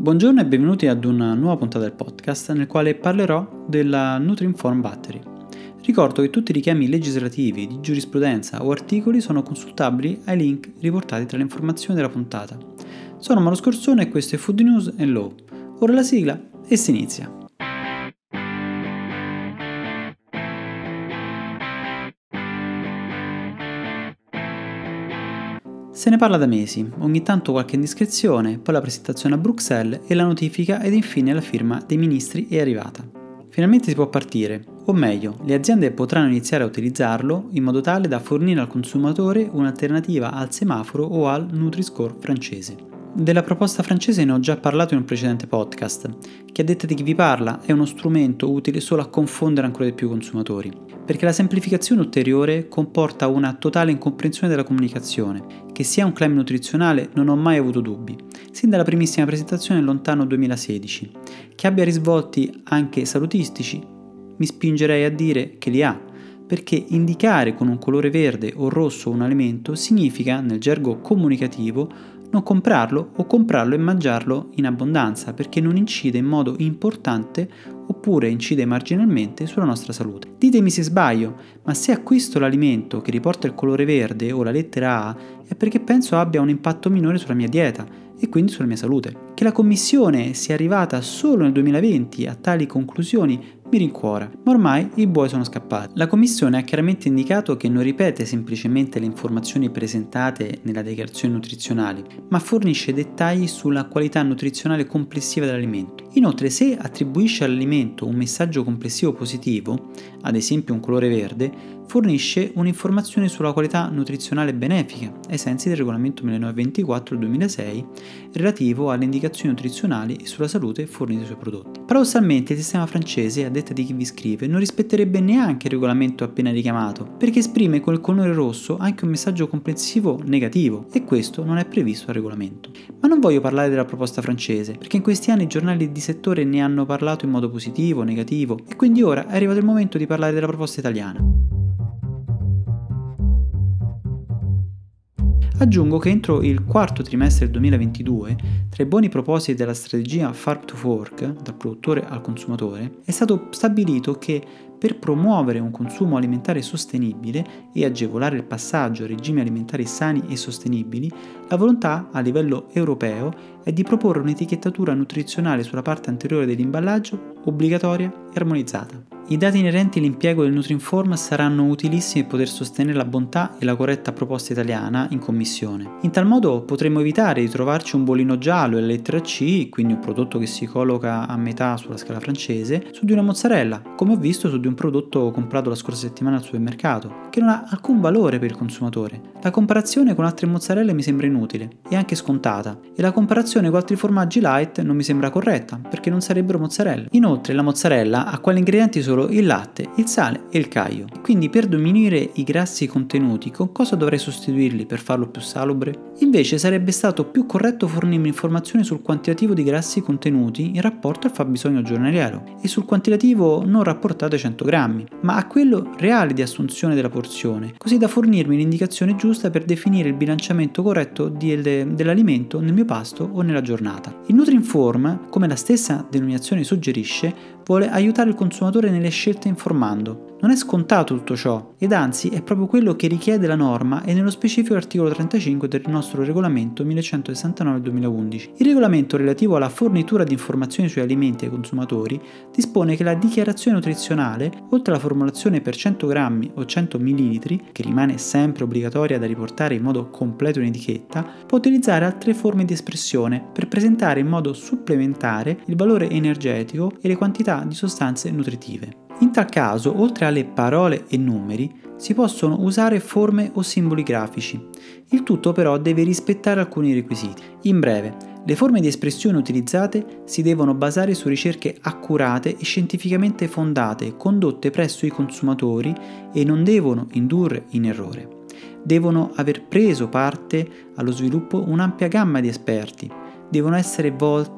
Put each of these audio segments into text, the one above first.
Buongiorno e benvenuti ad una nuova puntata del podcast nel quale parlerò della Nutri-Inform Battery. Ricordo che tutti i richiami legislativi, di giurisprudenza o articoli sono consultabili ai link riportati tra le informazioni della puntata. Sono Mauro Scorsone e questo è Food News and Law. Ora la sigla e si inizia. Se ne parla da mesi, ogni tanto qualche indiscrezione, poi la presentazione a Bruxelles e la notifica ed infine la firma dei ministri è arrivata. Finalmente si può partire, o meglio, le aziende potranno iniziare a utilizzarlo in modo tale da fornire al consumatore un'alternativa al semaforo o al Nutri-Score francese. Della proposta francese ne ho già parlato in un precedente podcast, che a detta di chi vi parla è uno strumento utile solo a confondere ancora di più i consumatori, perché la semplificazione ulteriore comporta una totale incomprensione della comunicazione, che sia un claim nutrizionale non ho mai avuto dubbi, sin dalla primissima presentazione nel lontano 2016, che abbia risvolti anche salutistici, mi spingerei a dire che li ha, perché indicare con un colore verde o rosso un alimento significa, nel gergo comunicativo, non comprarlo o comprarlo e mangiarlo in abbondanza perché non incide in modo importante oppure incide marginalmente sulla nostra salute. Ditemi se sbaglio, ma se acquisto l'alimento che riporta il colore verde o la lettera A è perché penso abbia un impatto minore sulla mia dieta e quindi sulla mia salute. Che la Commissione sia arrivata solo nel 2020 a tali conclusioni mi rincuora, ma ormai i buoi sono scappati. La Commissione ha chiaramente indicato che non ripete semplicemente le informazioni presentate nella dichiarazione nutrizionale, ma fornisce dettagli sulla qualità nutrizionale complessiva dell'alimento. Inoltre, se attribuisce all'alimento un messaggio complessivo positivo, ad esempio un colore verde, fornisce un'informazione sulla qualità nutrizionale benefica, ai sensi del regolamento 1924-2006, relativo alle indicazioni nutrizionali e sulla salute fornite sui prodotti. Paradossalmente il sistema francese, a detta di chi vi scrive, non rispetterebbe neanche il regolamento appena richiamato, perché esprime col colore rosso anche un messaggio complessivo negativo, e questo non è previsto dal regolamento. Ma non voglio parlare della proposta francese, perché in questi anni i giornali di settore ne hanno parlato in modo positivo, negativo, e quindi ora è arrivato il momento di parlare della proposta italiana. Aggiungo che entro il quarto trimestre del 2022, tra i buoni propositi della strategia Farm to Fork, dal produttore al consumatore, è stato stabilito che per promuovere un consumo alimentare sostenibile e agevolare il passaggio a regimi alimentari sani e sostenibili, la volontà a livello europeo è di proporre un'etichettatura nutrizionale sulla parte anteriore dell'imballaggio obbligatoria e armonizzata. I dati inerenti all'impiego del Nutri-Inform saranno utilissimi per poter sostenere la bontà e la corretta proposta italiana in commissione. In tal modo potremo evitare di trovarci un bolino giallo e la lettera C, quindi un prodotto che si colloca a metà sulla scala francese, su di una mozzarella, come ho visto su di un prodotto comprato la scorsa settimana al supermercato, che non ha alcun valore per il consumatore. La comparazione con altre mozzarelle mi sembra inutile e anche scontata, e la comparazione con altri formaggi light non mi sembra corretta, perché non sarebbero mozzarella. Inoltre la mozzarella ha quali ingredienti solo il latte, il sale e il caglio. Quindi per diminuire i grassi contenuti, con cosa dovrei sostituirli per farlo più salubre? Invece sarebbe stato più corretto fornirmi informazioni sul quantitativo di grassi contenuti in rapporto al fabbisogno giornaliero e sul quantitativo non rapportato ai 100 grammi, ma a quello reale di assunzione della porzione, così da fornirmi l'indicazione giusta per definire il bilanciamento corretto dell'alimento nel mio pasto o nella giornata. Il Nutri-Inform, come la stessa denominazione suggerisce, vuole aiutare il consumatore nelle scelte informando. Non è scontato tutto ciò, ed anzi è proprio quello che richiede la norma e nello specifico l'articolo 35 del nostro regolamento 1169/2011. Il regolamento relativo alla fornitura di informazioni sui alimenti ai consumatori dispone che la dichiarazione nutrizionale, oltre alla formulazione per 100 grammi o 100 ml, che rimane sempre obbligatoria da riportare in modo completo in etichetta, può utilizzare altre forme di espressione per presentare in modo supplementare il valore energetico e le quantità di sostanze nutritive. In tal caso, oltre alle parole e numeri, si possono usare forme o simboli grafici. Il tutto però deve rispettare alcuni requisiti. In breve, le forme di espressione utilizzate si devono basare su ricerche accurate e scientificamente fondate, condotte presso i consumatori e non devono indurre in errore. Devono aver preso parte allo sviluppo un'ampia gamma di esperti. Devono essere volti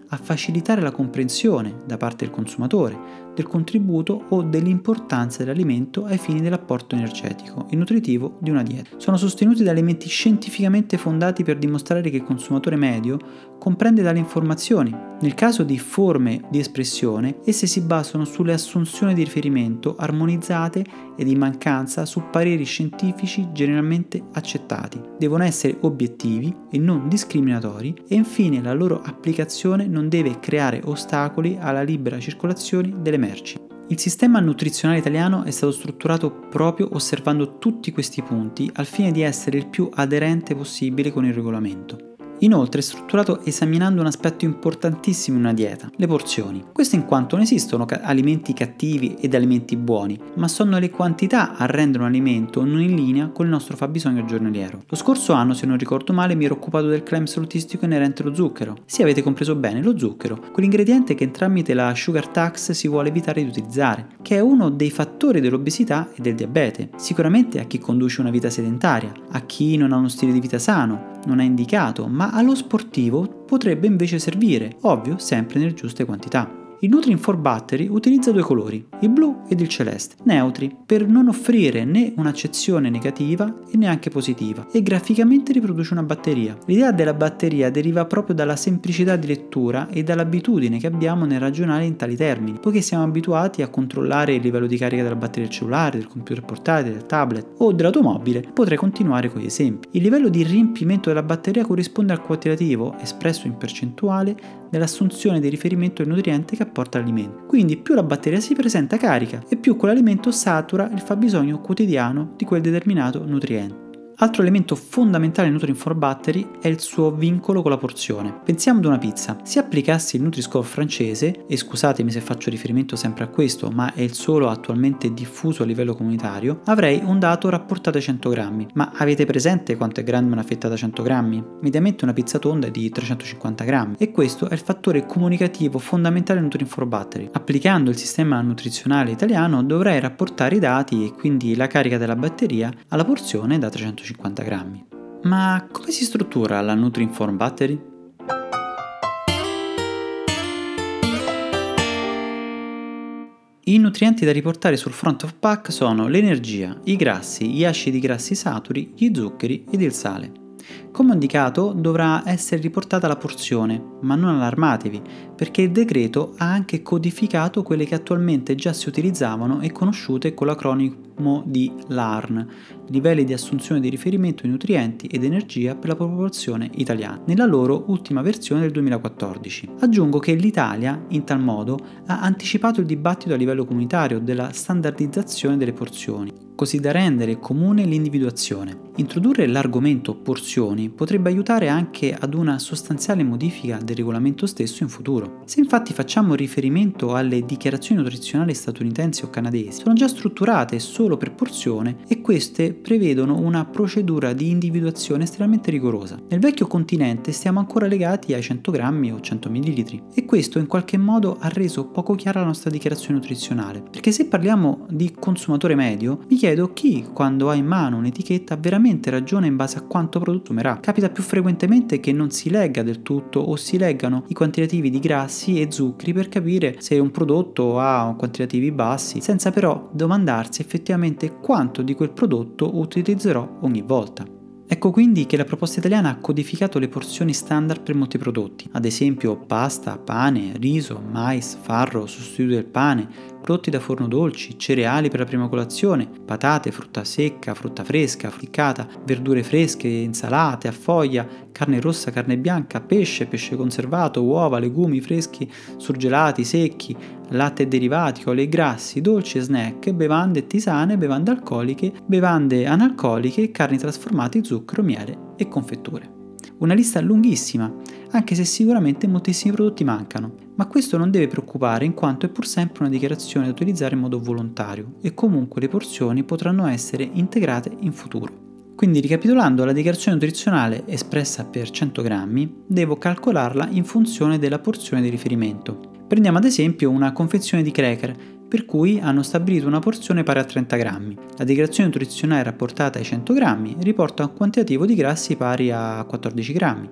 a facilitare la comprensione da parte del consumatore del contributo o dell'importanza dell'alimento ai fini dell'apporto energetico e nutritivo di una dieta. Sono sostenuti da elementi scientificamente fondati per dimostrare che il consumatore medio comprende tali informazioni. Nel caso di forme di espressione, esse si basano sulle assunzioni di riferimento armonizzate e di mancanza su pareri scientifici generalmente accettati. Devono essere obiettivi e non discriminatori e infine la loro applicazione non deve creare ostacoli alla libera circolazione delle merci. Il sistema nutrizionale italiano è stato strutturato proprio osservando tutti questi punti al fine di essere il più aderente possibile con il regolamento. Inoltre è strutturato esaminando un aspetto importantissimo in una dieta, le porzioni. Questo in quanto non esistono alimenti cattivi ed alimenti buoni, ma sono le quantità a rendere un alimento non in linea con il nostro fabbisogno giornaliero. Lo scorso anno, se non ricordo male, mi ero occupato del claim salutistico inerente allo zucchero. Sì, avete compreso bene, lo zucchero, quell'ingrediente che tramite la sugar tax si vuole evitare di utilizzare, che è uno dei fattori dell'obesità e del diabete. Sicuramente a chi conduce una vita sedentaria, a chi non ha uno stile di vita sano, non è indicato, ma allo sportivo potrebbe invece servire, ovvio sempre nelle giuste quantità. Il Nutri-Inform Battery utilizza due colori, il blu ed il celeste, neutri, per non offrire né un'accezione negativa e neanche positiva, e graficamente riproduce una batteria. L'idea della batteria deriva proprio dalla semplicità di lettura e dall'abitudine che abbiamo nel ragionare in tali termini, poiché siamo abituati a controllare il livello di carica della batteria del cellulare, del computer portatile, del tablet o dell'automobile. Potrei continuare con gli esempi. Il livello di riempimento della batteria corrisponde al quantitativo, espresso in percentuale, dell'assunzione di riferimento del nutriente che apporta l'alimento. Quindi più la batteria si presenta carica e più quell'alimento satura il fabbisogno quotidiano di quel determinato nutriente. Altro elemento fondamentale del Nutri-Inform Battery è il suo vincolo con la porzione. Pensiamo ad una pizza. Se applicassi il Nutri-Score francese, e scusatemi se faccio riferimento sempre a questo, ma è il solo attualmente diffuso a livello comunitario, avrei un dato rapportato ai 100 grammi. Ma avete presente quanto è grande una fetta da 100 grammi? Mediamente una pizza tonda è di 350 grammi. E questo è il fattore comunicativo fondamentale del Nutri-Inform Battery. Applicando il sistema nutrizionale italiano dovrei rapportare i dati e quindi la carica della batteria alla porzione da 350 grammi. Ma come si struttura la Nutri-Inform Battery? I nutrienti da riportare sul front of pack sono l'energia, i grassi, gli acidi grassi saturi, gli zuccheri ed il sale. Come indicato dovrà essere riportata la porzione, ma non allarmatevi, perché il decreto ha anche codificato quelle che attualmente già si utilizzavano e conosciute con l'acronimo di LARN, livelli di assunzione di riferimento di nutrienti ed energia per la popolazione italiana, nella loro ultima versione del 2014. Aggiungo che l'Italia, in tal modo, ha anticipato il dibattito a livello comunitario della standardizzazione delle porzioni, così da rendere comune l'individuazione. Introdurre l'argomento porzioni potrebbe aiutare anche ad una sostanziale modifica del regolamento stesso in futuro. Se infatti facciamo riferimento alle dichiarazioni nutrizionali statunitensi o canadesi, sono già strutturate solo per porzione e queste prevedono una procedura di individuazione estremamente rigorosa. Nel vecchio continente stiamo ancora legati ai 100 grammi o 100 ml e questo in qualche modo ha reso poco chiara la nostra dichiarazione nutrizionale, perché se parliamo di consumatore medio, mi chiedo chi, quando ha in mano un'etichetta, veramente ragiona in base a quanto prodotto merà. Capita più frequentemente che non si legga del tutto o si leggano i quantitativi di grassi e zuccheri per capire se un prodotto ha quantitativi bassi, senza però domandarsi effettivamente quanto di quel prodotto utilizzerò ogni volta. Ecco quindi che la proposta italiana ha codificato le porzioni standard per molti prodotti, ad esempio pasta, pane, riso, mais, farro, sostituto del pane, prodotti da forno dolci, cereali per la prima colazione, patate, frutta secca, frutta fresca, friccata, verdure fresche, insalate a foglia, carne rossa, carne bianca, pesce, pesce conservato, uova, legumi freschi, surgelati, secchi, latte e derivati, oli e grassi, dolci e snack, bevande e tisane, bevande alcoliche, bevande analcoliche, carni trasformate, zucchero, miele e confetture. Una lista lunghissima, anche se sicuramente moltissimi prodotti mancano, ma questo non deve preoccupare in quanto è pur sempre una dichiarazione da utilizzare in modo volontario e comunque le porzioni potranno essere integrate in futuro. Quindi ricapitolando, la dichiarazione nutrizionale espressa per 100 grammi devo calcolarla in funzione della porzione di riferimento. Prendiamo ad esempio una confezione di cracker, per cui hanno stabilito una porzione pari a 30 grammi. La dichiarazione nutrizionale rapportata ai 100 grammi riporta un quantitativo di grassi pari a 14 grammi.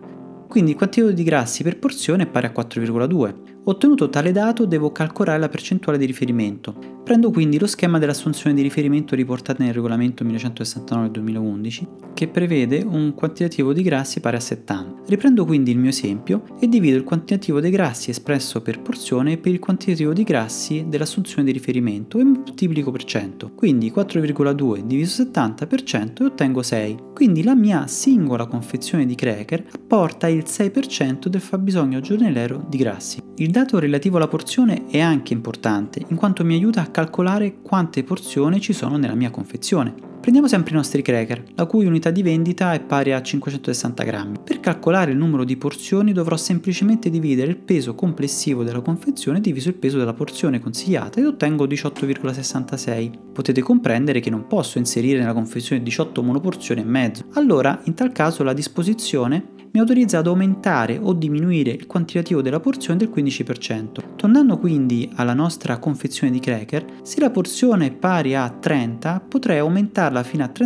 quindi il quantitativo di grassi per porzione è pari a 4,2. Ottenuto tale dato devo calcolare la percentuale di riferimento. Prendo quindi lo schema dell'assunzione di riferimento riportata nel regolamento 1169/2011 che prevede un quantitativo di grassi pari a 70. Riprendo quindi il mio esempio e divido il quantitativo dei grassi espresso per porzione per il quantitativo di grassi dell'assunzione di riferimento e moltiplico per 100. Quindi 4,2 diviso 70% e ottengo 6. Quindi la mia singola confezione di cracker apporta il 6% del fabbisogno giornaliero di grassi. Il dato relativo alla porzione è anche importante, in quanto mi aiuta a calcolare quante porzioni ci sono nella mia confezione. Prendiamo sempre i nostri cracker, la cui unità di vendita è pari a 560 grammi. Per calcolare il numero di porzioni dovrò semplicemente dividere il peso complessivo della confezione diviso il peso della porzione consigliata ed ottengo 18,66. Potete comprendere che non posso inserire nella confezione 18 monoporzioni e mezzo. Allora, in tal caso, la disposizione mi autorizza ad aumentare o diminuire il quantitativo della porzione del 15%. Tornando quindi alla nostra confezione di cracker, se la porzione è pari a 30, potrei aumentarla fino a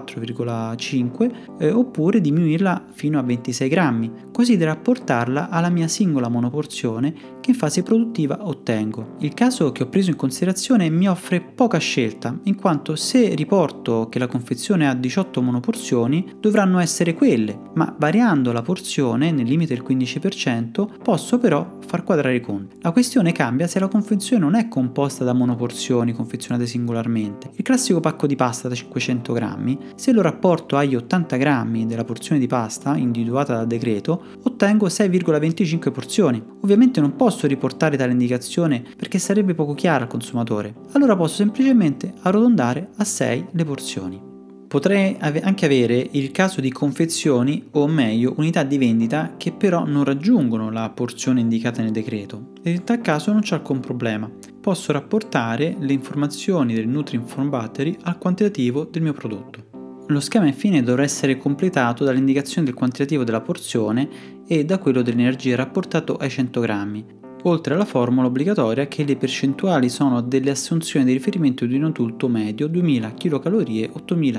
34,5 oppure diminuirla fino a 26 grammi, così da rapportarla alla mia singola monoporzione che in fase produttiva ottengo. Il caso che ho preso in considerazione mi offre poca scelta, in quanto se riporto che la confezione ha 18 monoporzioni, dovranno essere quelle, ma variando la porzione nel limite del 15% posso però far quadrare i conti. La questione cambia se la confezione non è composta da monoporzioni confezionate singolarmente. Il classico pacco di pasta da 500 grammi, se lo rapporto agli 80 grammi della porzione di pasta individuata dal decreto, ottengo 6,25 porzioni. Ovviamente non posso riportare tale indicazione perché sarebbe poco chiara al consumatore, allora posso semplicemente arrotondare a 6 le porzioni. Potrei anche avere il caso di confezioni, o meglio unità di vendita, che però non raggiungono la porzione indicata nel decreto, e in tal caso non c'è alcun problema. Posso rapportare le informazioni del Nutri-Inform Battery al quantitativo del mio prodotto. Lo schema infine dovrà essere completato dall'indicazione del quantitativo della porzione e da quello dell'energia rapportato ai 100 grammi, oltre alla formula obbligatoria che le percentuali sono delle assunzioni di riferimento di un adulto medio 2000 kcal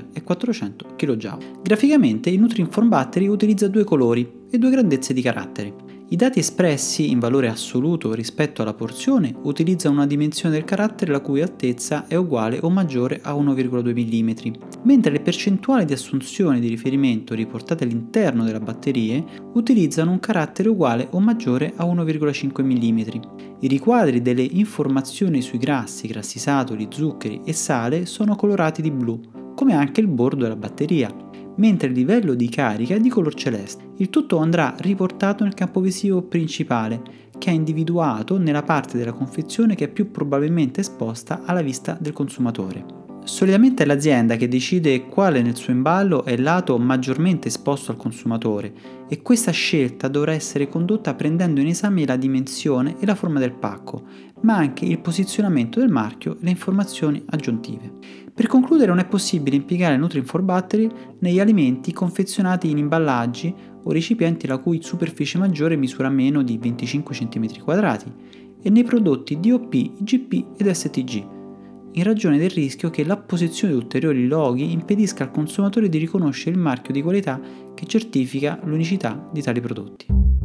8400 kJ. Graficamente il Nutri-Inform Battery utilizza due colori e due grandezze di caratteri. I dati espressi in valore assoluto rispetto alla porzione utilizzano una dimensione del carattere la cui altezza è uguale o maggiore a 1,2 mm, mentre le percentuali di assunzione di riferimento riportate all'interno delle batterie utilizzano un carattere uguale o maggiore a 1,5 mm. I riquadri delle informazioni sui grassi, grassi saturi, zuccheri e sale sono colorati di blu, come anche il bordo della batteria, mentre il livello di carica è di color celeste. Il tutto andrà riportato nel campo visivo principale, che è individuato nella parte della confezione che è più probabilmente esposta alla vista del consumatore. Solitamente è l'azienda che decide quale nel suo imballo è il lato maggiormente esposto al consumatore e questa scelta dovrà essere condotta prendendo in esame la dimensione e la forma del pacco, ma anche il posizionamento del marchio e le informazioni aggiuntive. Per concludere, non è possibile impiegare il Nutri-Inform Battery negli alimenti confezionati in imballaggi o recipienti la cui superficie maggiore misura meno di 25 cm² e nei prodotti DOP, IGP ed STG, in ragione del rischio che l'apposizione di ulteriori loghi impedisca al consumatore di riconoscere il marchio di qualità che certifica l'unicità di tali prodotti.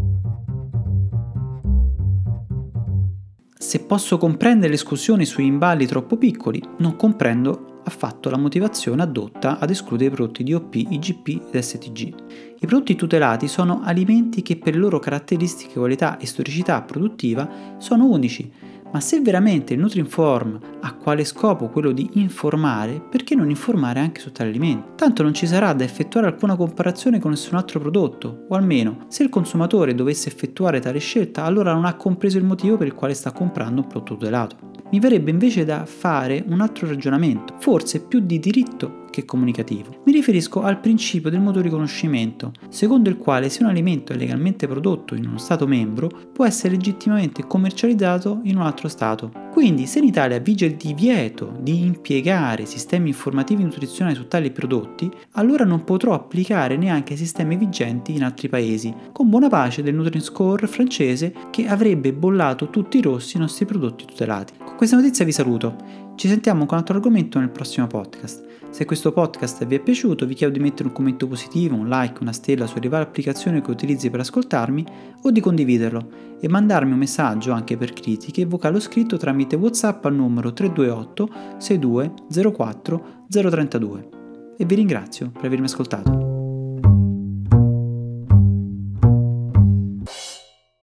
Se posso comprendere le esclusioni sugli imballi troppo piccoli, non comprendo affatto la motivazione addotta ad escludere i prodotti DOP, IGP ed STG. I prodotti tutelati sono alimenti che per le loro caratteristiche, qualità e storicità produttiva sono unici, ma se veramente il Nutri-Inform ha quale scopo quello di informare, perché non informare anche su tali alimenti? Tanto non ci sarà da effettuare alcuna comparazione con nessun altro prodotto, o almeno, se il consumatore dovesse effettuare tale scelta, allora non ha compreso il motivo per il quale sta comprando un prodotto tutelato. Mi verrebbe invece da fare un altro ragionamento, forse più di diritto che comunicativo. Mi riferisco al principio del mutuo riconoscimento, secondo il quale se un alimento è legalmente prodotto in uno Stato membro, può essere legittimamente commercializzato in un altro Stato. Quindi, se in Italia vige il divieto di impiegare sistemi informativi nutrizionali su tali prodotti, allora non potrò applicare neanche sistemi vigenti in altri paesi, con buona pace del Nutri-Score francese che avrebbe bollato tutti i rossi i nostri prodotti tutelati. Con questa notizia vi saluto. Ci sentiamo con un altro argomento nel prossimo podcast. Se questo podcast vi è piaciuto, vi chiedo di mettere un commento positivo, un like, una stella sulle varie applicazioni che utilizzi per ascoltarmi o di condividerlo e mandarmi un messaggio anche per critiche vocale o scritto tramite WhatsApp al numero 328 62 04 032. E vi ringrazio per avermi ascoltato.